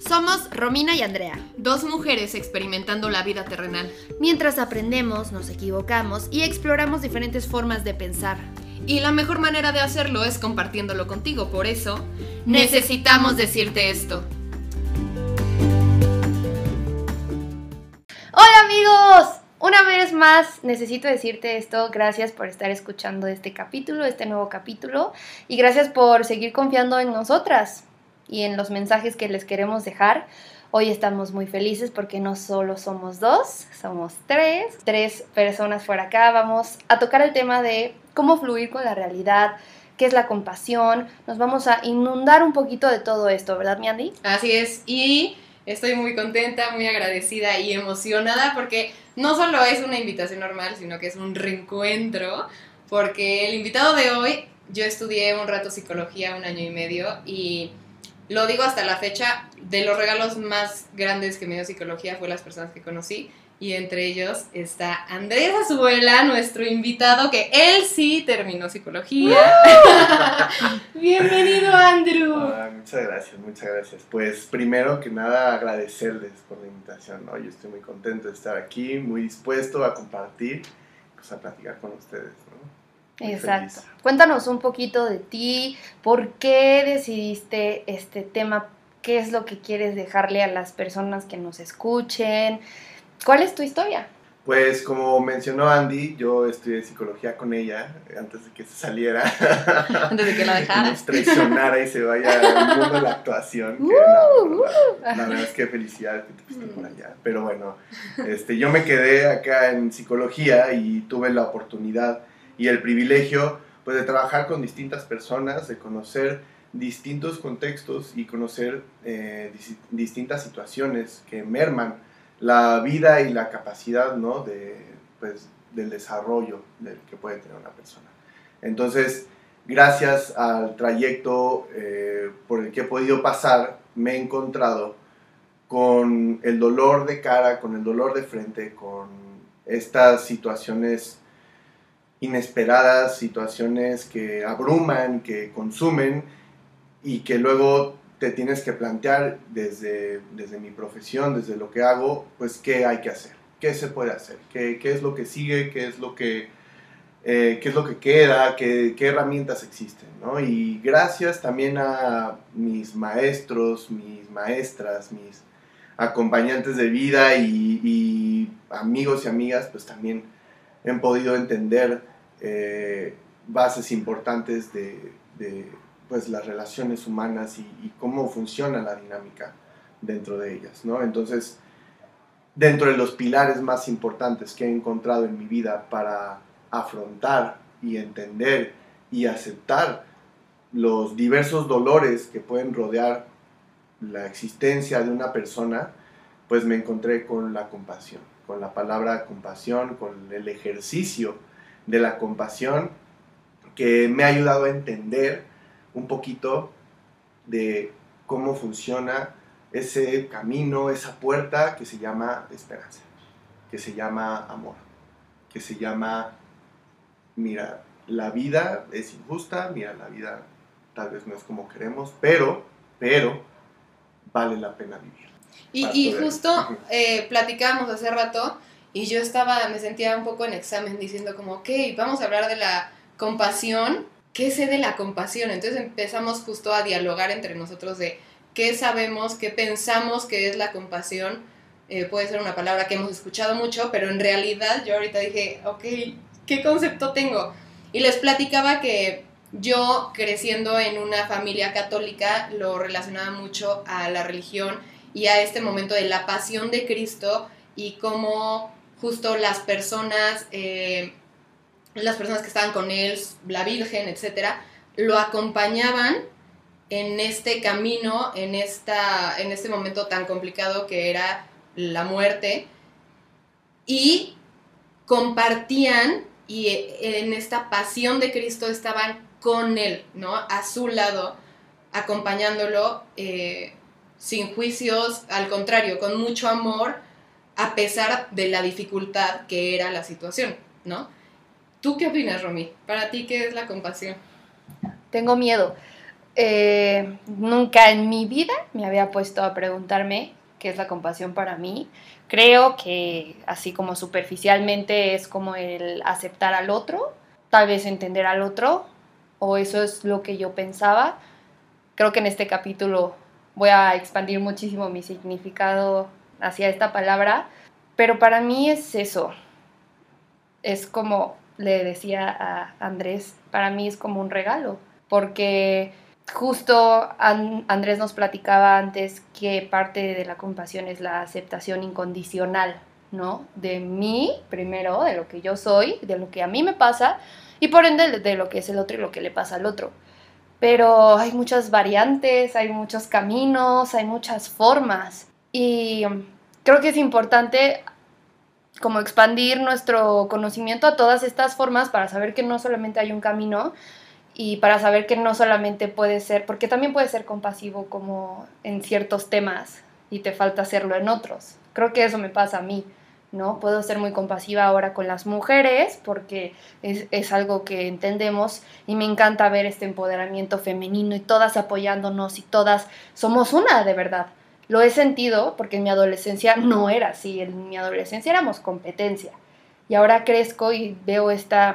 Somos Romina y Andrea, dos mujeres experimentando la vida terrenal. Mientras aprendemos, nos equivocamos y exploramos diferentes formas de pensar. Y la mejor manera de hacerlo es compartiéndolo contigo, por eso necesitamos decirte esto. ¡Hola amigos! Una vez más necesito decirte esto, gracias por estar escuchando este capítulo, este nuevo capítulo, y gracias por seguir confiando en nosotras y en los mensajes que les queremos dejar. Hoy estamos muy felices porque no solo somos dos, somos tres personas por acá. Vamos a tocar el tema de cómo fluir con la realidad, qué es la compasión. Nos vamos a inundar un poquito de todo esto, ¿verdad, mi Andy? Así es, y estoy muy contenta, muy agradecida y emocionada porque no solo es una invitación normal, sino que es un reencuentro, porque el invitado de hoy, yo estudié un rato psicología, 1 año y medio, y lo digo hasta la fecha, de los regalos más grandes que me dio psicología fue las personas que conocí, y entre ellos está Andrés Azuela, nuestro invitado, que él sí terminó psicología. Bienvenido, Andrew. Muchas gracias. Pues primero que nada agradecerles por la invitación, ¿no? Yo estoy muy contento de estar aquí, muy dispuesto a compartir, pues a platicar con ustedes, ¿no? Muy Exacto. feliz. Cuéntanos un poquito de ti, por qué decidiste este tema, qué es lo que quieres dejarle a las personas que nos escuchen, ¿cuál es tu historia? Pues como mencionó Andy, yo estudié psicología con ella antes de que se saliera. Antes de que la dejara. Nos traicionara y se vaya al mundo de la actuación. La verdad es que felicidad que te fuiste por allá. Pero bueno, yo me quedé acá en psicología y tuve la oportunidad y el privilegio pues, de trabajar con distintas personas, de conocer distintos contextos y conocer distintas situaciones que merman la vida y la capacidad, ¿no? Del desarrollo que puede tener una persona. Entonces, gracias al trayecto por el que he podido pasar, me he encontrado con el dolor de cara, con el dolor de frente, con estas situaciones inesperadas, situaciones que abruman, que consumen y que luego te tienes que plantear desde mi profesión, desde lo que hago, pues qué hay que hacer, qué se puede hacer, qué es lo que sigue, qué es lo que queda, qué herramientas existen, ¿no? Y gracias también a mis maestros, mis maestras, mis acompañantes de vida y amigos y amigas, pues también he podido entender bases importantes de pues las relaciones humanas y cómo funciona la dinámica dentro de ellas, ¿no? Entonces, dentro de los pilares más importantes que he encontrado en mi vida para afrontar y entender y aceptar los diversos dolores que pueden rodear la existencia de una persona, pues me encontré con la compasión, con la palabra compasión, con el ejercicio de la compasión que me ha ayudado a entender un poquito de cómo funciona ese camino, esa puerta que se llama esperanza, que se llama amor, que se llama, mira, la vida es injusta, mira, la vida tal vez no es como queremos, pero vale la pena vivir. Y justo platicábamos hace rato y yo me sentía un poco en examen diciendo como, ok, vamos a hablar de la compasión. ¿Qué sé de la compasión? Entonces empezamos justo a dialogar entre nosotros de qué sabemos, qué pensamos que es la compasión. Puede ser una palabra que hemos escuchado mucho, pero en realidad yo ahorita dije, ok, ¿qué concepto tengo? Y les platicaba que yo, creciendo en una familia católica, lo relacionaba mucho a la religión y a este momento de la pasión de Cristo y cómo justo las personas que estaban con él, la Virgen, etcétera, lo acompañaban en este camino, en este momento tan complicado que era la muerte, y compartían, y en esta pasión de Cristo estaban con él, ¿no? A su lado, acompañándolo, sin juicios, al contrario, con mucho amor, a pesar de la dificultad que era la situación, ¿no? ¿Tú qué opinas, Romy? Para ti, ¿qué es la compasión? Tengo miedo. Nunca en mi vida me había puesto a preguntarme qué es la compasión para mí. Creo que así como superficialmente es como el aceptar al otro, tal vez entender al otro, o eso es lo que yo pensaba. Creo que en este capítulo voy a expandir muchísimo mi significado hacia esta palabra, pero para mí es eso. Es como le decía a Andrés, para mí es como un regalo, porque justo Andrés nos platicaba antes que parte de la compasión es la aceptación incondicional, ¿no? De mí, primero, de lo que yo soy, de lo que a mí me pasa, y por ende de lo que es el otro y lo que le pasa al otro. Pero hay muchas variantes, hay muchos caminos, hay muchas formas. Y creo que es importante como expandir nuestro conocimiento a todas estas formas para saber que no solamente hay un camino y para saber que no solamente puede ser, porque también puede ser compasivo como en ciertos temas y te falta hacerlo en otros. Creo que eso me pasa a mí, ¿no? Puedo ser muy compasiva ahora con las mujeres porque es algo que entendemos y me encanta ver este empoderamiento femenino y todas apoyándonos y todas somos una de verdad. Lo he sentido porque en mi adolescencia no era así, en mi adolescencia éramos competencia y ahora crezco y veo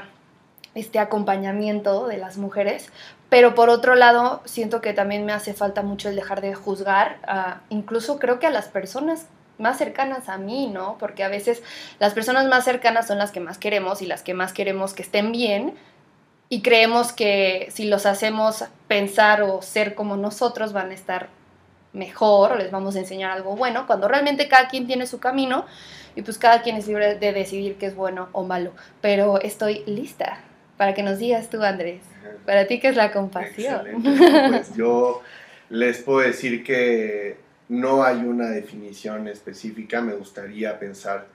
este acompañamiento de las mujeres, pero por otro lado siento que también me hace falta mucho el dejar de juzgar, incluso creo que a las personas más cercanas a mí, ¿no? Porque a veces las personas más cercanas son las que más queremos y las que más queremos que estén bien y creemos que si los hacemos pensar o ser como nosotros van a estar mejor o les vamos a enseñar algo bueno, cuando realmente cada quien tiene su camino y pues cada quien es libre de decidir qué es bueno o malo. Pero estoy lista para que nos digas tú, Andrés, para ti qué es la compasión. Excelente. Pues yo les puedo decir que no hay una definición específica. Me gustaría pensar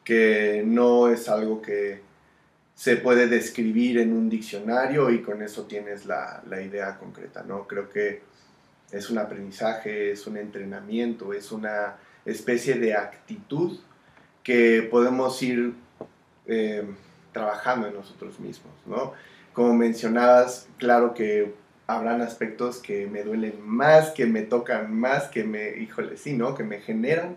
que no es algo que se puede describir en un diccionario y con eso tienes la idea concreta, ¿no? Creo que es un aprendizaje, es un entrenamiento, es una especie de actitud que podemos ir trabajando en nosotros mismos, ¿no? Como mencionabas, claro que habrán aspectos que me duelen más, que me tocan más, híjole, sí, ¿no? Que me generan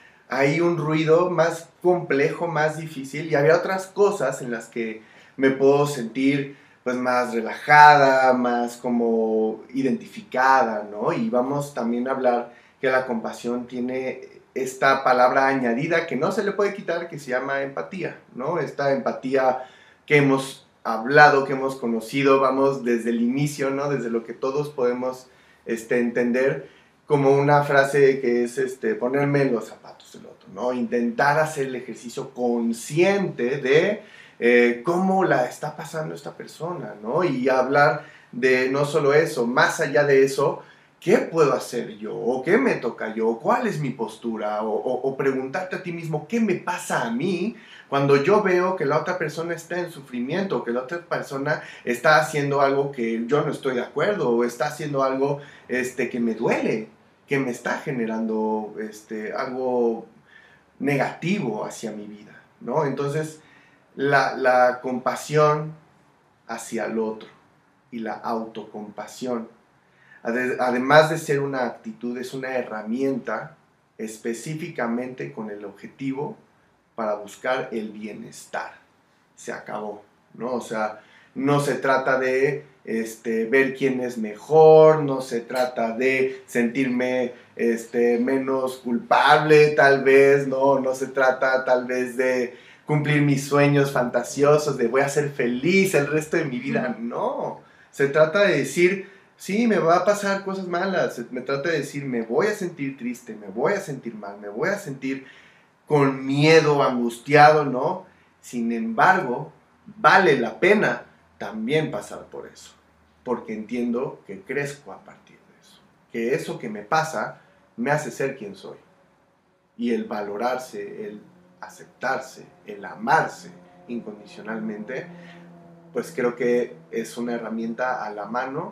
ahí un ruido más complejo, más difícil, y había otras cosas en las que me puedo sentir pues más relajada, más como identificada, ¿no? Y vamos también a hablar que la compasión tiene esta palabra añadida que no se le puede quitar, que se llama empatía, ¿no? Esta empatía que hemos hablado, que hemos conocido, vamos desde el inicio, ¿no? Desde lo que todos podemos entender como una frase que es ponerme en los zapatos del otro, ¿no? Intentar hacer el ejercicio consciente de cómo la está pasando esta persona, ¿no? Y hablar de no solo eso, más allá de eso, ¿qué puedo hacer yo? ¿O qué me toca yo? ¿Cuál es mi postura? O preguntarte a ti mismo, ¿qué me pasa a mí cuando yo veo que la otra persona está en sufrimiento, que la otra persona está haciendo algo que yo no estoy de acuerdo, o está haciendo algo que me duele, que me está generando algo negativo hacia mi vida, ¿no? Entonces, la compasión hacia el otro y la autocompasión, además de ser una actitud, es una herramienta específicamente con el objetivo para buscar el bienestar. Se acabó, ¿no? O sea, no se trata de ver quién es mejor, no se trata de sentirme menos culpable, tal vez, no se trata tal vez de cumplir mis sueños fantasiosos, de voy a ser feliz el resto de mi vida, no. Se trata de decir, sí, me va a pasar cosas malas, me trata de decir, me voy a sentir triste, me voy a sentir mal, me voy a sentir con miedo, angustiado, ¿no? Sin embargo, vale la pena también pasar por eso, porque entiendo que crezco a partir de eso, que eso que me pasa me hace ser quien soy. Y el valorarse, el aceptarse, el amarse incondicionalmente, pues creo que es una herramienta a la mano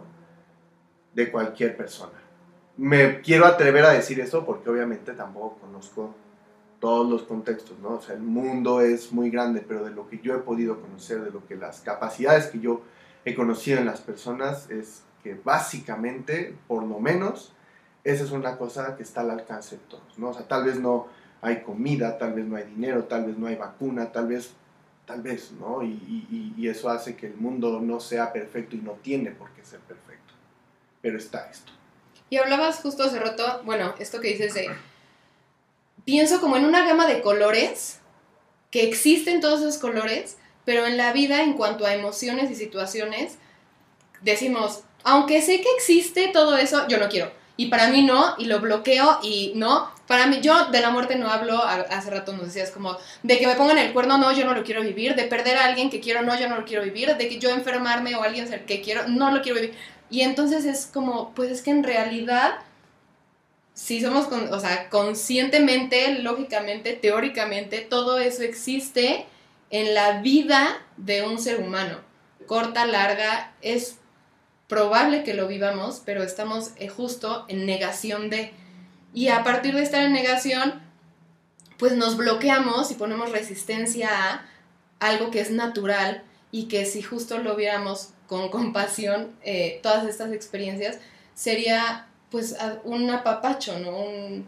de cualquier persona. Me quiero atrever a decir eso porque obviamente tampoco conozco todos los contextos, ¿no? O sea, el mundo es muy grande, pero de lo que yo he podido conocer, de lo que las capacidades que yo he conocido en las personas, es porque básicamente, por lo menos, esa es una cosa que está al alcance de todos, ¿no? O sea, tal vez no hay comida, tal vez no hay dinero, tal vez no hay vacuna, tal vez, ¿no? Y eso hace que el mundo no sea perfecto y no tiene por qué ser perfecto. Pero está esto. Y hablabas justo hace rato, bueno, esto que dices de... Pienso como en una gama de colores, que existen todos esos colores, pero en la vida, en cuanto a emociones y situaciones, decimos, aunque sé que existe todo eso, yo no quiero. Y para mí no, y lo bloqueo, y no. Para mí, yo de la muerte no hablo, hace rato nos decías como, de que me pongan el cuerno, no, yo no lo quiero vivir, de perder a alguien que quiero, no, yo no lo quiero vivir, de que yo enfermarme o alguien que quiero, no lo quiero vivir. Y entonces es como, pues es que en realidad, si somos, o sea, conscientemente, lógicamente, teóricamente, todo eso existe en la vida de un ser humano. Corta, larga, es probable que lo vivamos, pero estamos justo en negación de... Y a partir de estar en negación, pues nos bloqueamos y ponemos resistencia a algo que es natural y que si justo lo viéramos con compasión, todas estas experiencias, sería pues un apapacho, ¿no?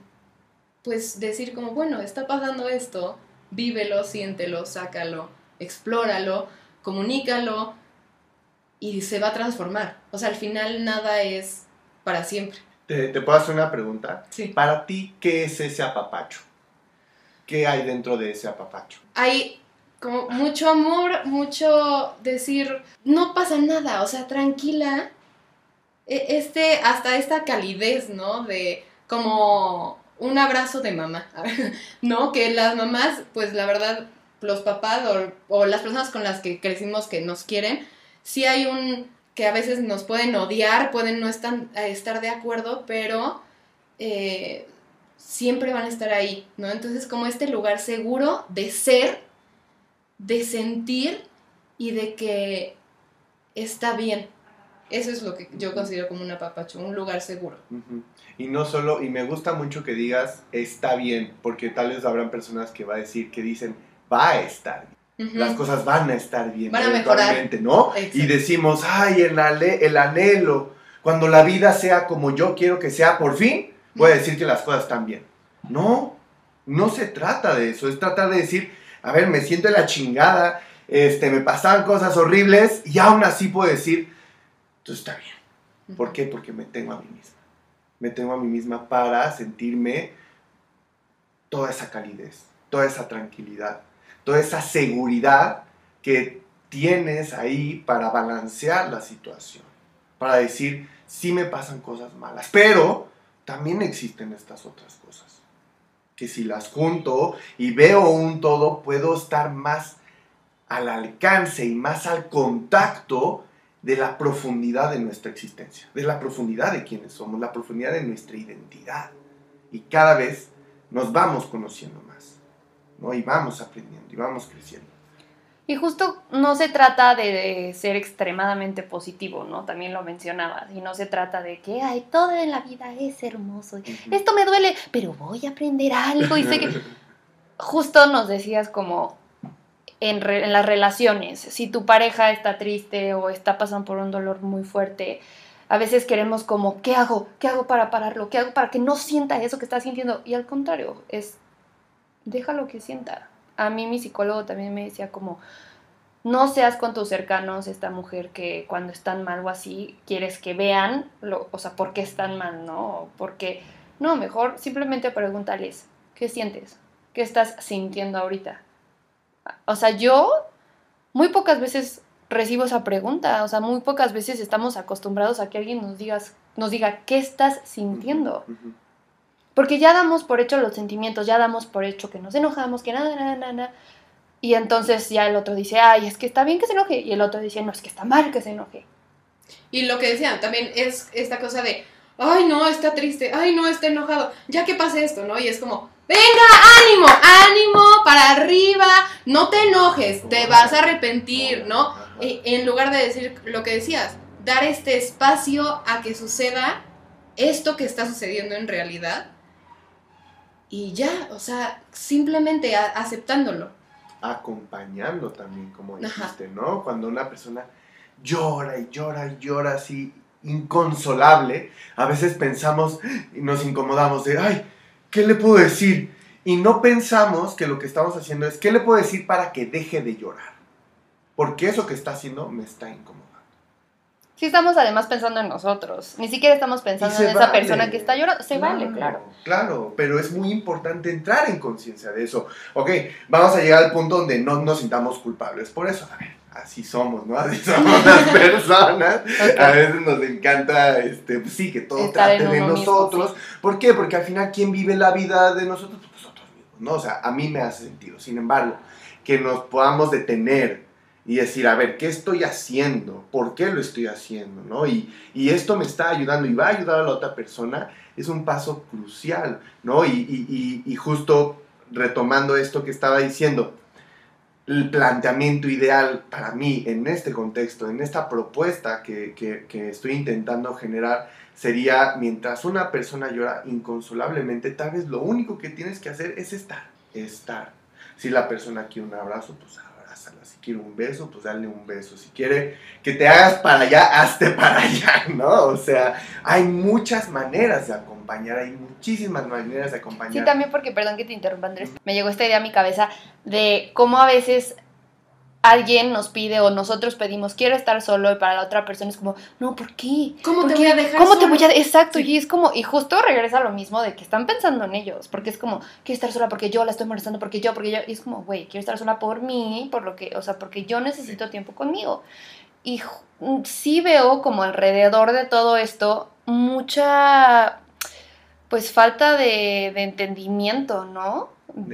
Pues decir como, bueno, está pasando esto, vívelo, siéntelo, sácalo, explóralo, comunícalo y se va a transformar. O sea, al final nada es para siempre. ¿Te puedo hacer una pregunta? Sí. Para ti, ¿qué es ese apapacho? ¿Qué hay dentro de ese apapacho? Hay como mucho amor, mucho decir, no pasa nada, o sea, tranquila. Hasta esta calidez, ¿no? De como un abrazo de mamá, ¿no? Que las mamás, pues la verdad, los papás o las personas con las que crecimos que nos quieren, sí hay que a veces nos pueden odiar, pueden no estar de acuerdo, pero siempre van a estar ahí, ¿no? Entonces como este lugar seguro de ser, de sentir y de que está bien. Eso es lo que yo considero como un apapacho, un lugar seguro. Uh-huh. Y no solo, y me gusta mucho que digas está bien, porque tal vez habrán personas que dicen va a estar bien. Uh-huh. Las cosas van a estar bien. Van a mejorar. ¿No? Exacto. Y decimos, ay, el anhelo, cuando la vida sea como yo quiero que sea, por fin, voy a decir que las cosas están bien. No, no se trata de eso, es tratar de decir, a ver, me siento en la chingada, me pasaban cosas horribles, y aún así puedo decir, todo está bien. ¿Por qué? Porque me tengo a mí misma. Me tengo a mí misma para sentirme toda esa calidez, toda esa tranquilidad, toda esa seguridad que tienes ahí para balancear la situación. Para decir, sí me pasan cosas malas, pero también existen estas otras cosas. Que si las junto y veo un todo, puedo estar más al alcance y más al contacto de la profundidad de nuestra existencia, de la profundidad de quienes somos, la profundidad de nuestra identidad. Y cada vez nos vamos conociendo más, ¿no? Y vamos aprendiendo y vamos creciendo. Y justo no se trata de ser extremadamente positivo, ¿no? También lo mencionabas. Y no se trata de que, ay, todo en la vida es hermoso. Uh-huh. Esto me duele, pero voy a aprender algo. Y sé que justo nos decías como en las relaciones, si tu pareja está triste o está pasando por un dolor muy fuerte, a veces queremos como, ¿qué hago? ¿Qué hago para pararlo? ¿Qué hago para que no sienta eso que está sintiendo? Y al contrario, déjalo que sienta. A mí mi psicólogo también me decía como, no seas con tus cercanos esta mujer que cuando están mal o así, quieres que vean, o sea, por qué están mal, ¿no? Porque, no, mejor simplemente pregúntales, ¿qué sientes? ¿Qué estás sintiendo ahorita? O sea, yo muy pocas veces recibo esa pregunta, o sea, muy pocas veces estamos acostumbrados a que alguien nos diga, ¿qué estás sintiendo? Uh-huh. Porque ya damos por hecho los sentimientos, ya damos por hecho que nos enojamos, que nada. Y entonces ya el otro dice, ay, es que está bien que se enoje. Y el otro dice, no, es que está mal que se enoje. Y lo que decían también es esta cosa de, ay, no, está triste, ay, no, está enojado, ya que pase esto, ¿no? Y es como, venga, ánimo, para arriba, no te enojes, te vas a arrepentir, ¿no? En lugar de decir lo que decías, dar este espacio a que suceda esto que está sucediendo en realidad. Y ya, o sea, simplemente aceptándolo. Acompañando también, como dijiste, ¿no? Cuando una persona llora así, inconsolable, a veces pensamos y nos incomodamos de, ay, ¿qué le puedo decir? Y no pensamos que lo que estamos haciendo es, ¿qué le puedo decir para que deje de llorar? Porque eso que está haciendo me está incomodando. Sí estamos además pensando en nosotros, ni siquiera estamos pensando en esa persona que está llorando, vale, claro. Claro, pero es muy importante entrar en conciencia de eso. Ok, vamos a llegar al punto donde no nos sintamos culpables, por eso, a ver, así somos, ¿no? Así somos las personas, okay. A veces nos encanta, pues sí, que todo trate de nosotros. Mismo, sí. ¿Por qué? Porque al final, ¿quién vive la vida de nosotros? Pues nosotros mismos, ¿no? O sea, a mí me hace sentido, sin embargo, que nos podamos detener y decir, a ver, ¿qué estoy haciendo? ¿Por qué lo estoy haciendo? ¿No? Y esto me está ayudando y va a ayudar a la otra persona, es un paso crucial, ¿no? Y justo retomando esto que estaba diciendo, el planteamiento ideal para mí en este contexto, en esta propuesta que estoy intentando generar, sería, mientras una persona llora inconsolablemente, tal vez lo único que tienes que hacer es estar. Si la persona quiere un abrazo, pues abrázala. Si quiere un beso, pues dale un beso. Si quiere que te hagas para allá, hazte para allá, ¿no? O sea, hay muchas maneras de acompañar, hay muchísimas maneras de acompañar. Sí, también porque, perdón que te interrumpa, Andrés, me llegó esta idea a mi cabeza de cómo a veces alguien nos pide o nosotros pedimos, quiero estar solo, y para la otra persona es como, no, ¿por qué? ¿Cómo te voy a dejar ¿Cómo solo? te voy a...? Exacto, sí. Y es como, y justo regresa a lo mismo de que están pensando en ellos, porque es como, quiero estar sola porque yo la estoy molestando, porque yo, y es como, güey, quiero estar sola por mí, por lo que, o sea, porque yo necesito tiempo conmigo. Y sí veo como alrededor de todo esto mucha, pues, falta de entendimiento, ¿no?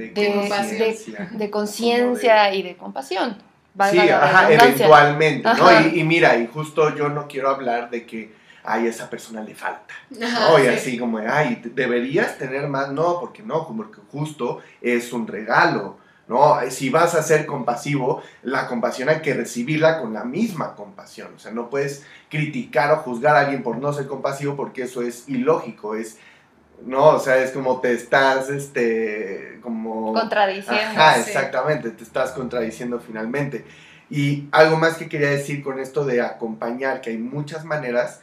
De conciencia y de compasión. Sí, ajá, eventualmente, ajá. ¿No? Y mira, y justo yo no quiero hablar de que a esa persona le falta, ajá, ¿no? Y sí. Así como, ay, deberías tener más, no, porque justo es un regalo, ¿no? Si vas a ser compasivo, la compasión hay que recibirla con la misma compasión, o sea, no puedes criticar o juzgar a alguien por no ser compasivo porque eso es ilógico, no, o sea, es como te estás, como... contradiciendo. Ajá, exactamente, te estás contradiciendo finalmente. Y algo más que quería decir con esto de acompañar, que hay muchas maneras,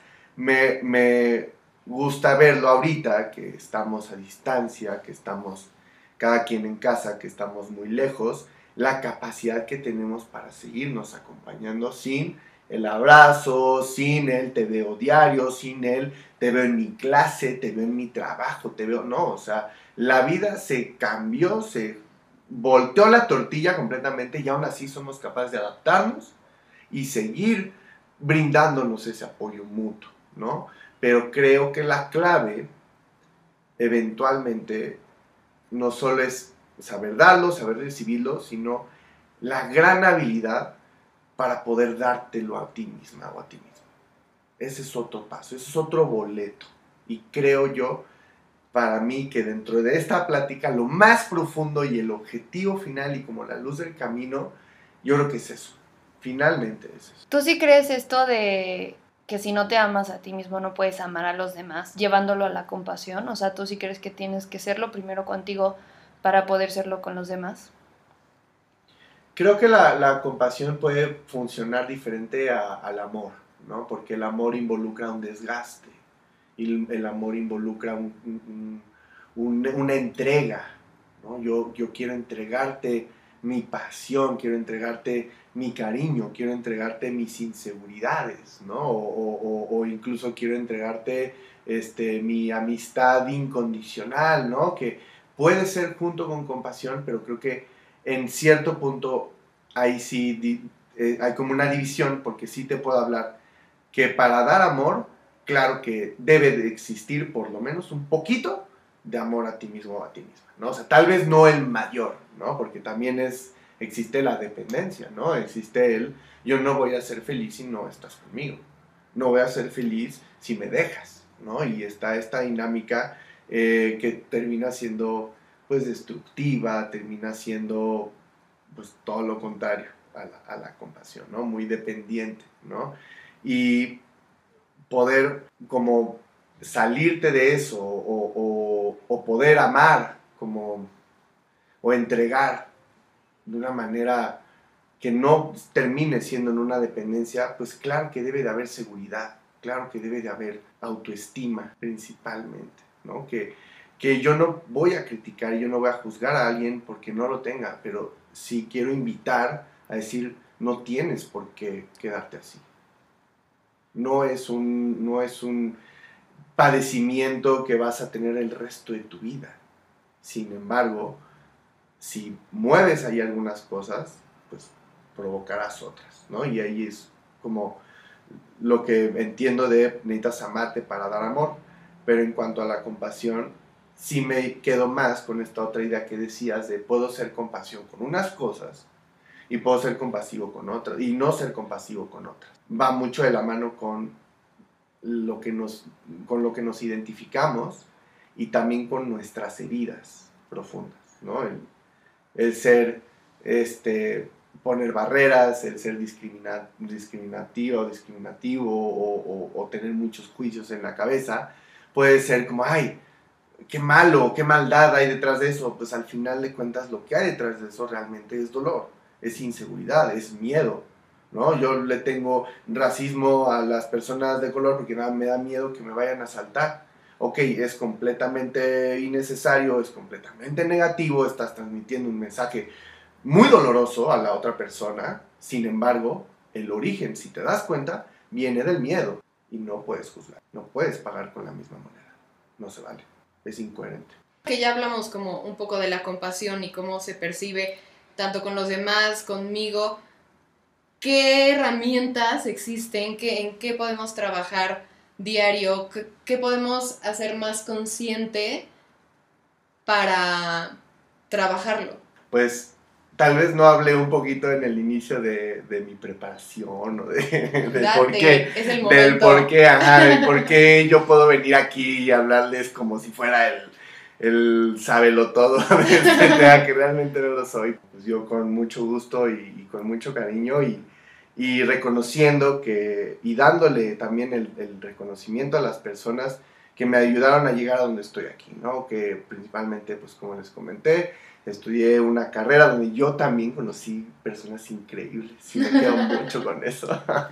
me gusta verlo ahorita, que estamos a distancia, que estamos cada quien en casa, que estamos muy lejos, la capacidad que tenemos para seguirnos acompañando sin el abrazo, sin el te veo diario, sin el te veo en mi clase, te veo en mi trabajo, te veo, no, o sea, la vida se cambió, se volteó la tortilla completamente y aún así somos capaces de adaptarnos y seguir brindándonos ese apoyo mutuo, ¿no? Pero creo que la clave, eventualmente, no solo es saber darlo, saber recibirlo, sino la gran habilidad para poder dártelo a ti misma o a ti mismo. Ese es otro paso, ese es otro boleto. Y creo yo, para mí, que dentro de esta plática, lo más profundo y el objetivo final y como la luz del camino, yo creo que es eso. Finalmente es eso. ¿Tú sí crees esto de que si no te amas a ti mismo no puedes amar a los demás, llevándolo a la compasión? O sea, ¿tú sí crees que tienes que serlo primero contigo para poder serlo con los demás? Creo que la compasión puede funcionar diferente al amor, ¿no? Porque el amor involucra un desgaste y el amor involucra una entrega, ¿no? Yo quiero entregarte mi pasión, quiero entregarte mi cariño, quiero entregarte mis inseguridades, ¿no? O incluso quiero entregarte mi amistad incondicional, ¿no? Que puede ser junto con compasión, pero creo que en cierto punto ahí sí hay como una división, porque sí te puedo hablar que para dar amor, claro que debe de existir por lo menos un poquito de amor a ti mismo o a ti misma, ¿no? O sea, tal vez no el mayor, ¿no? Porque también existe la dependencia, ¿no? Existe yo no voy a ser feliz si no estás conmigo, no voy a ser feliz si me dejas, ¿no? Y está esta dinámica que termina siendo pues destructiva, termina siendo pues todo lo contrario a la compasión, ¿no? Muy dependiente, ¿no? Y poder como salirte de eso o poder amar como o entregar de una manera que no termine siendo en una dependencia, pues claro que debe de haber seguridad, claro que debe de haber autoestima principalmente, ¿no? Que yo no voy a criticar, yo no voy a juzgar a alguien porque no lo tenga, pero sí quiero invitar a decir, no tienes por qué quedarte así. No es un padecimiento que vas a tener el resto de tu vida. Sin embargo, si mueves ahí algunas cosas, pues provocarás otras, ¿no? Y ahí es como lo que entiendo de necesitas amarte para dar amor. Pero en cuanto a la compasión, sí me quedo más con esta otra idea que decías de puedo ser compasión con unas cosas y puedo ser compasivo con otras y no ser compasivo con otras. Va mucho de la mano con lo que nos identificamos y también con nuestras heridas profundas, ¿no? El ser, poner barreras, el ser discriminativo o tener muchos juicios en la cabeza, puede ser como, ay, qué malo, qué maldad hay detrás de eso. Pues al final de cuentas lo que hay detrás de eso realmente es dolor, es inseguridad, es miedo, ¿no? Yo le tengo racismo a las personas de color porque me da miedo que me vayan a asaltar. Ok, es completamente innecesario, es completamente negativo, estás transmitiendo un mensaje muy doloroso a la otra persona. Sin embargo, el origen, si te das cuenta, viene del miedo y no puedes juzgar, no puedes pagar con la misma moneda, no se vale, es incoherente. Que ya hablamos como un poco de la compasión y cómo se percibe tanto con los demás, conmigo. ¿Qué herramientas existen? ¿En qué podemos trabajar diario? ¿Qué podemos hacer más consciente para trabajarlo? Pues tal vez no hablé un poquito en el inicio de mi preparación o del por qué. Es el momento. Del por qué yo puedo venir aquí y hablarles como si fuera el sábelo-todo de este tema, que realmente no lo soy. Pues yo con mucho gusto y con mucho cariño y reconociendo y dándole también el reconocimiento a las personas que me ayudaron a llegar a donde estoy aquí, ¿no? Que principalmente, pues como les comenté, estudié una carrera donde yo también conocí personas increíbles, y me quedo mucho con eso.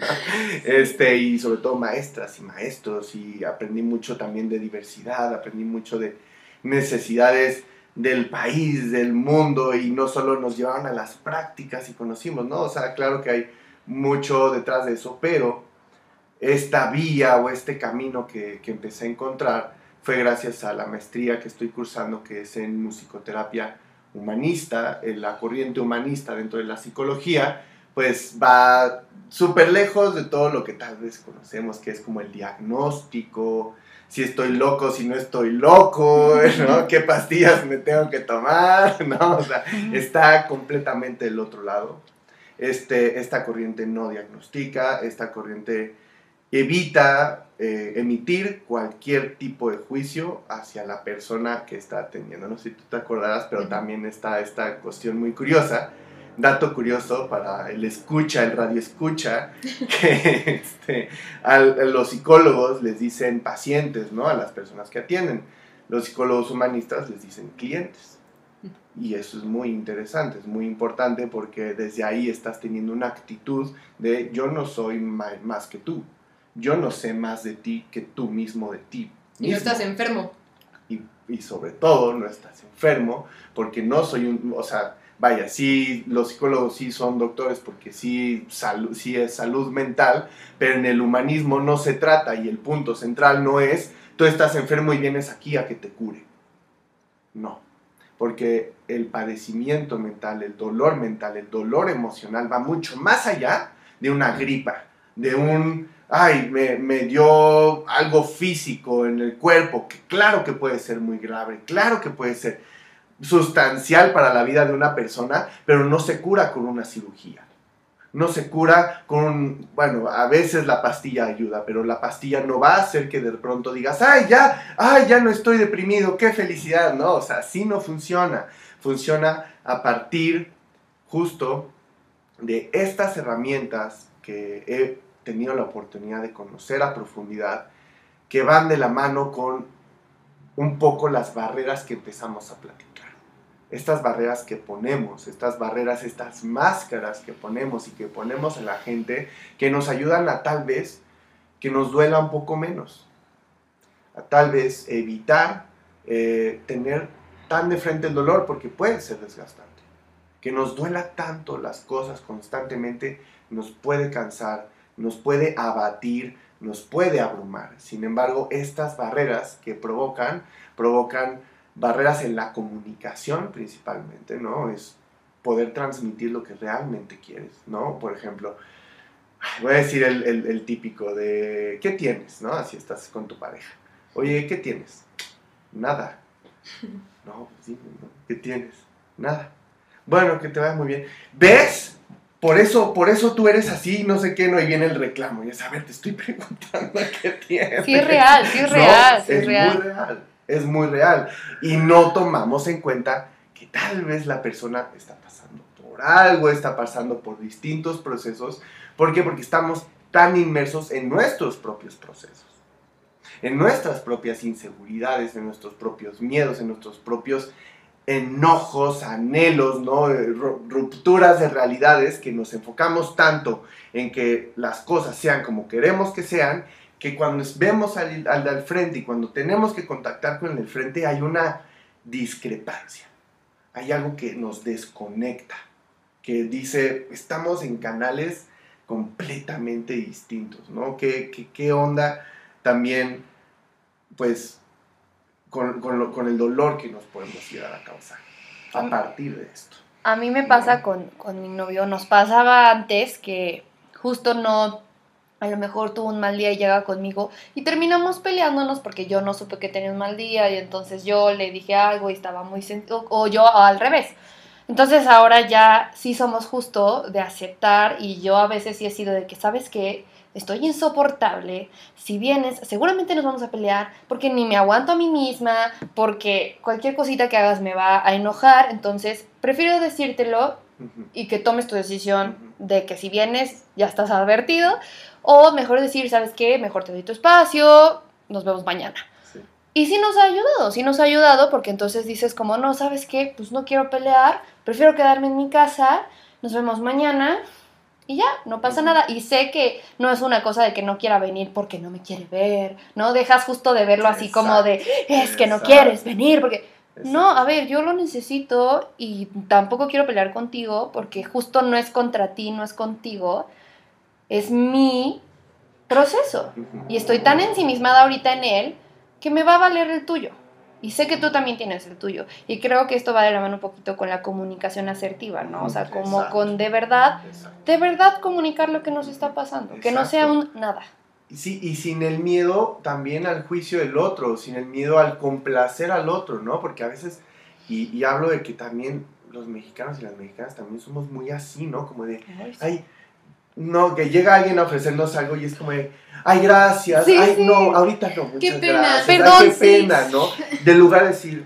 Y sobre todo maestras y maestros, y aprendí mucho también de diversidad, aprendí mucho de necesidades del país, del mundo, y no solo nos llevaron a las prácticas y conocimos, ¿no? O sea, claro que hay mucho detrás de eso, pero esta vía o este camino que empecé a encontrar fue gracias a la maestría que estoy cursando, que es en musicoterapia humanista. La corriente humanista dentro de la psicología pues va súper lejos de todo lo que tal vez conocemos, que es como el diagnóstico, si estoy loco, si no estoy loco, ¿no? ¿Qué pastillas me tengo que tomar? ¿No? O sea, está completamente del otro lado. Esta corriente no diagnostica, esta corriente evita emitir cualquier tipo de juicio hacia la persona que está atendiendo. No sé si tú te acordarás, pero también está esta cuestión muy curiosa, dato curioso para el radio escucha, que a los psicólogos les dicen pacientes, ¿no? A las personas que atienden. Los psicólogos humanistas les dicen clientes. Y eso es muy interesante, es muy importante, porque desde ahí estás teniendo una actitud de yo no soy más que tú. Yo no sé más de ti que tú mismo de ti mismo. Y no estás enfermo. Y sobre todo no estás enfermo, porque no soy o sea, vaya, sí, los psicólogos sí son doctores porque sí es salud mental, pero en el humanismo no se trata, y el punto central no es tú estás enfermo y vienes aquí a que te cure. No, porque el padecimiento mental, el dolor emocional va mucho más allá de una gripa, de me dio algo físico en el cuerpo, que claro que puede ser muy grave, claro que puede ser sustancial para la vida de una persona, pero no se cura con una cirugía. No se cura a veces la pastilla ayuda, pero la pastilla no va a hacer que de pronto digas, ya no estoy deprimido, qué felicidad, no, o sea, así no funciona. Funciona a partir justo de estas herramientas que he tenido la oportunidad de conocer a profundidad, que van de la mano con un poco las barreras que empezamos a platicar. Estas barreras que ponemos, estas máscaras que ponemos y que ponemos a la gente, que nos ayudan a tal vez que nos duela un poco menos. Tal vez evitar tener tan de frente el dolor, porque puede ser desgastante. Que nos duela tanto las cosas constantemente nos puede cansar, nos puede abatir, nos puede abrumar. Sin embargo, estas barreras que provocan barreras en la comunicación principalmente, ¿no? Es poder transmitir lo que realmente quieres, ¿no? Por ejemplo, voy a decir el típico de ¿qué tienes? ¿No? Así estás con tu pareja. Oye, ¿qué tienes? Nada. No, pues dime, ¿no? ¿Qué tienes? Nada. Bueno, que te vaya muy bien. ¿Ves? Por eso tú eres así, no sé qué, no, y viene el reclamo. Y es, a ver, te estoy preguntando qué tienes. Sí es real, sí es real, sí es real. Muy real, es muy real. Y no tomamos en cuenta que tal vez la persona está pasando por algo, está pasando por distintos procesos. ¿Por qué? Porque estamos tan inmersos en nuestros propios procesos, en nuestras propias inseguridades, en nuestros propios miedos, en nuestros propios enojos, anhelos, ¿no? Rupturas de realidades, que nos enfocamos tanto en que las cosas sean como queremos que sean, que cuando vemos al frente y cuando tenemos que contactar con el frente hay una discrepancia, hay algo que nos desconecta, que dice, estamos en canales completamente distintos, ¿no? ¿Qué onda también, pues, con el dolor que nos podemos llegar a causar a partir de esto? A mí me pasa con mi novio, nos pasaba antes que justo no, a lo mejor tuvo un mal día y llega conmigo y terminamos peleándonos porque yo no supe que tenía un mal día y entonces yo le dije algo y estaba muy sentido, o yo al revés. Entonces ahora ya sí somos justo de aceptar, y yo a veces sí he sido de que, ¿sabes qué? Estoy insoportable, si vienes seguramente nos vamos a pelear porque ni me aguanto a mí misma, porque cualquier cosita que hagas me va a enojar, entonces prefiero decírtelo y que tomes tu decisión de que si vienes ya estás advertido, o mejor decir, ¿sabes qué? Mejor te doy tu espacio, nos vemos mañana. Sí. Y sí nos ha ayudado porque entonces dices como, no, ¿sabes qué? Pues no quiero pelear, prefiero quedarme en mi casa, nos vemos mañana. Y ya, no pasa nada. Y sé que no es una cosa de que no quiera venir porque no me quiere ver, ¿no? Dejas justo de verlo así como de, es que no quieres venir porque... No, a ver, yo lo necesito y tampoco quiero pelear contigo porque justo no es contra ti, no es contigo. Es mi proceso. Y estoy tan ensimismada ahorita en él que me va a valer el tuyo. Y sé que tú también tienes el tuyo. Y creo que esto va de la mano un poquito con la comunicación asertiva, ¿no? O sea, como con de verdad comunicar lo que nos está pasando. Que no sea un nada. Sí, y sin el miedo también al juicio del otro, sin el miedo al complacer al otro, ¿no? Porque a veces, y hablo de que también los mexicanos y las mexicanas también somos muy así, ¿no? Como de, ay, no, que llega alguien a ofrecernos algo y es como de, ay, gracias, sí, ay, sí. no, ahorita no, muchas qué pena, gracias, perdón, ay, qué pena, ¿no? Del lugar de decir,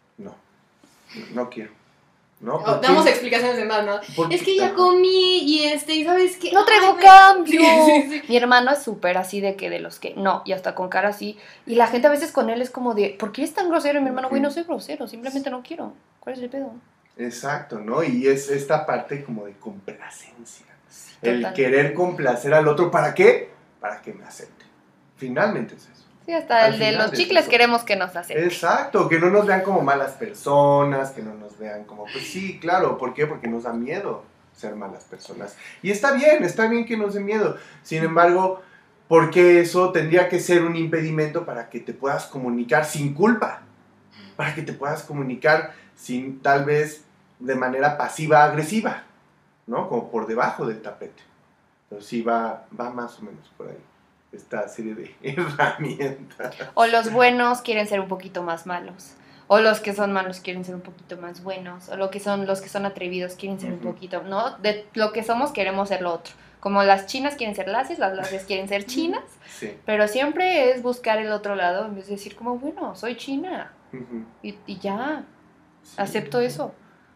no quiero, ¿no? Damos explicaciones de más, ¿no? Es que ya comí y ¿sabes qué? No traigo cambio. Sí. Mi hermano es súper así de que de los que no, y hasta con cara así. Y la gente a veces con él es como de, ¿por qué eres tan grosero? Y mi hermano, güey, no soy grosero, simplemente no quiero. ¿Cuál es el pedo? Exacto, ¿no? Y es esta parte como de complacencia. Total. El querer complacer al otro, ¿para qué? Para que me acepte. Finalmente es eso. Sí, hasta el de los chicles queremos que nos acepten. Exacto, que no nos vean como malas personas, que no nos vean como, pues sí, claro, ¿por qué? Porque nos da miedo ser malas personas. Y está bien que nos dé miedo. Sin embargo, ¿por qué eso tendría que ser un impedimento para que te puedas comunicar sin culpa? Para que te puedas comunicar sin, tal vez, de manera pasiva-agresiva, ¿no? Como por debajo del tapete. Pero sí va más o menos por ahí esta serie de herramientas. O los buenos quieren ser un poquito más malos. O los que son malos quieren ser un poquito más buenos. O los que son atrevidos quieren ser un poquito, ¿no? De lo que somos queremos ser lo otro. Como las chinas quieren ser lacias, las lacias quieren ser chinas. Sí. Pero siempre es buscar el otro lado en vez de decir como, bueno, soy china. Y ya, sí. Acepto eso.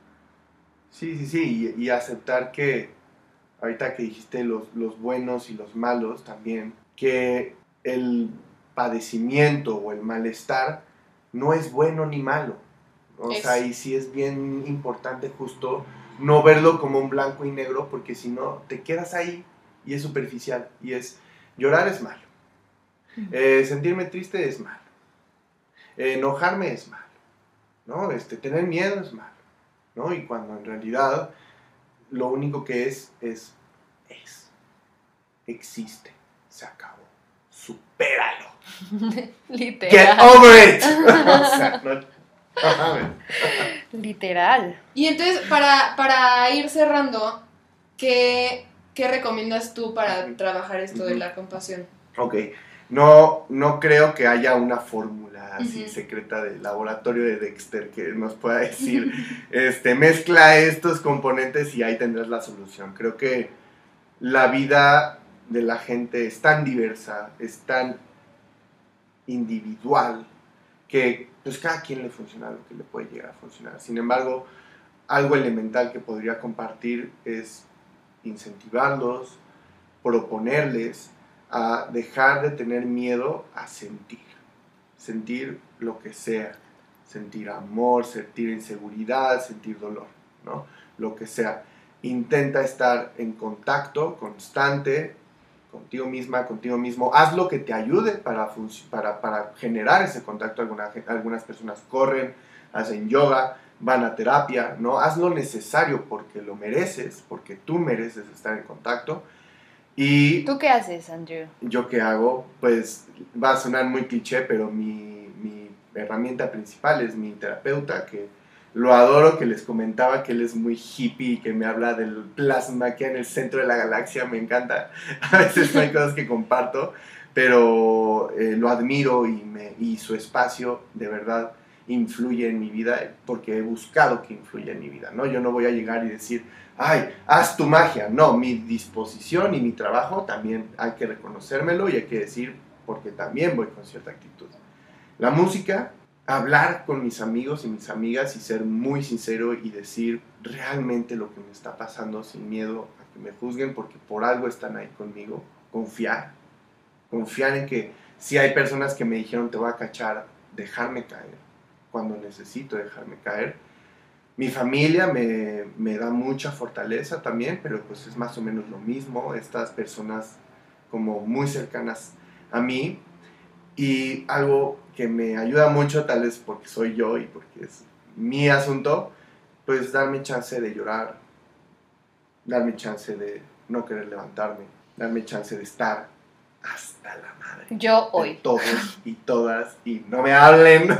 Sí, y aceptar que, ahorita que dijiste los buenos y los malos también, que el padecimiento o el malestar no es bueno ni malo. O sea, y sí es bien importante justo no verlo como un blanco y negro, porque si no te quedas ahí y es superficial. Y llorar es malo, Sentirme triste es malo. Enojarme es malo, ¿no? Tener miedo es malo, ¿no? Y cuando en realidad lo único que es, existe, se acabó, supéralo. Literal. Get over it. O sea, Literal. Y entonces, para ir cerrando, ¿qué recomiendas tú para trabajar esto de la compasión? Ok, no creo que haya una fórmula así secreta del laboratorio de Dexter que nos pueda decir, mezcla estos componentes y ahí tendrás la solución. Creo que la vida de la gente es tan diversa, es tan individual, que pues cada quien le funciona lo que le puede llegar a funcionar. Sin embargo, algo elemental que podría compartir es incentivarlos, proponerles a dejar de tener miedo a sentir lo que sea, sentir amor, sentir inseguridad, sentir dolor, ¿no? Lo que sea. Intenta estar en contacto constante contigo misma, contigo mismo. Haz lo que te ayude para generar ese contacto. Algunas personas corren, hacen yoga, van a terapia, ¿no? Haz lo necesario porque lo mereces, porque tú mereces estar en contacto. Y ¿tú qué haces, Andrew? ¿Yo qué hago? Pues va a sonar muy cliché, pero mi herramienta principal es mi terapeuta, que lo adoro, que les comentaba que él es muy hippie, que me habla del plasma que hay en el centro de la galaxia, me encanta. A veces no hay cosas que comparto, pero lo admiro y su espacio de verdad influye en mi vida porque he buscado que influya en mi vida, ¿no? Yo no voy a llegar y decir, ay, haz tu magia. No, mi disposición y mi trabajo también hay que reconocérmelo y hay que decir, porque también voy con cierta actitud. La música, hablar con mis amigos y mis amigas y ser muy sincero y decir realmente lo que me está pasando sin miedo a que me juzguen porque por algo están ahí conmigo. Confiar en que si hay personas que me dijeron te voy a cachar, dejarme caer cuando necesito dejarme caer. Mi familia me da mucha fortaleza también, pero pues es más o menos lo mismo, estas personas como muy cercanas a mí. Y algo que me ayuda mucho, tal vez porque soy yo y porque es mi asunto, pues darme chance de llorar, darme chance de no querer levantarme, darme chance de estar hasta la madre. Yo hoy. Todos y todas, y no me hablen.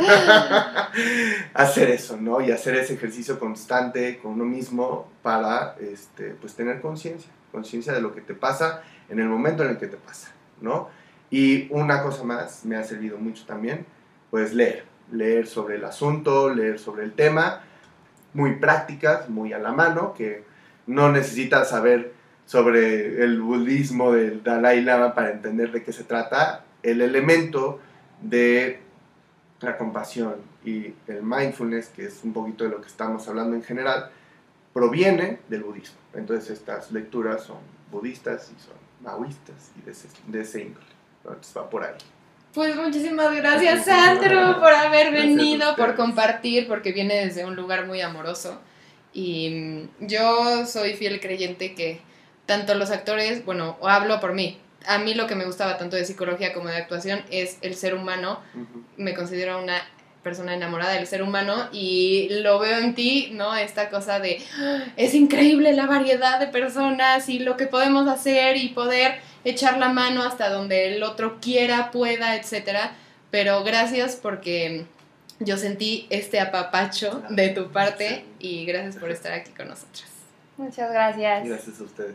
Hacer eso, ¿no? Y hacer ese ejercicio constante con uno mismo para, pues tener conciencia de lo que te pasa en el momento en el que te pasa, ¿no? Y una cosa más me ha servido mucho también, pues leer sobre el asunto, leer sobre el tema, muy prácticas, muy a la mano, que no necesitas saber sobre el budismo del Dalai Lama para entender de qué se trata. El elemento de la compasión y el mindfulness, que es un poquito de lo que estamos hablando en general, proviene del budismo. Entonces estas lecturas son budistas y son maoístas y de ese índole. Entonces va por ahí. Pues muchísimas gracias, Andrew, por haber venido, por compartir, porque viene desde un lugar muy amoroso. Y yo soy fiel creyente que tanto los actores, bueno, hablo por mí, a mí lo que me gustaba tanto de psicología como de actuación es el ser humano. Me considero una persona enamorada del ser humano y lo veo en ti, ¿no? Esta cosa de es increíble la variedad de personas y lo que podemos hacer y poder echar la mano hasta donde el otro quiera, pueda, etcétera. Pero gracias porque yo sentí este apapacho de tu parte y gracias por estar aquí con nosotras. Muchas gracias. Gracias a ustedes.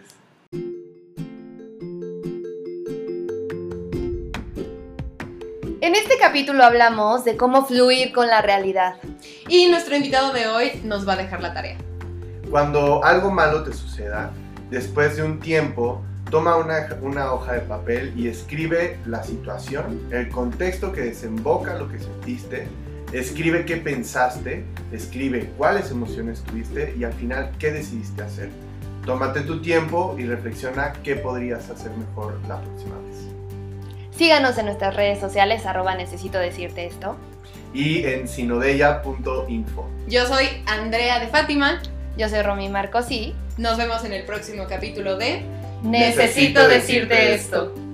En este capítulo hablamos de cómo fluir con la realidad. Y nuestro invitado de hoy nos va a dejar la tarea. Cuando algo malo te suceda, después de un tiempo, toma una hoja de papel y escribe la situación, el contexto que desemboca lo que sentiste, escribe qué pensaste, escribe cuáles emociones tuviste y al final qué decidiste hacer. Tómate tu tiempo y reflexiona qué podrías hacer mejor la próxima vez. Síganos en nuestras redes sociales, @necesito decirte esto. Y en sinodeya.info. Yo soy Andrea de Fátima. Yo soy Romy Marcosí. Nos vemos en el próximo capítulo de Necesito decirte esto.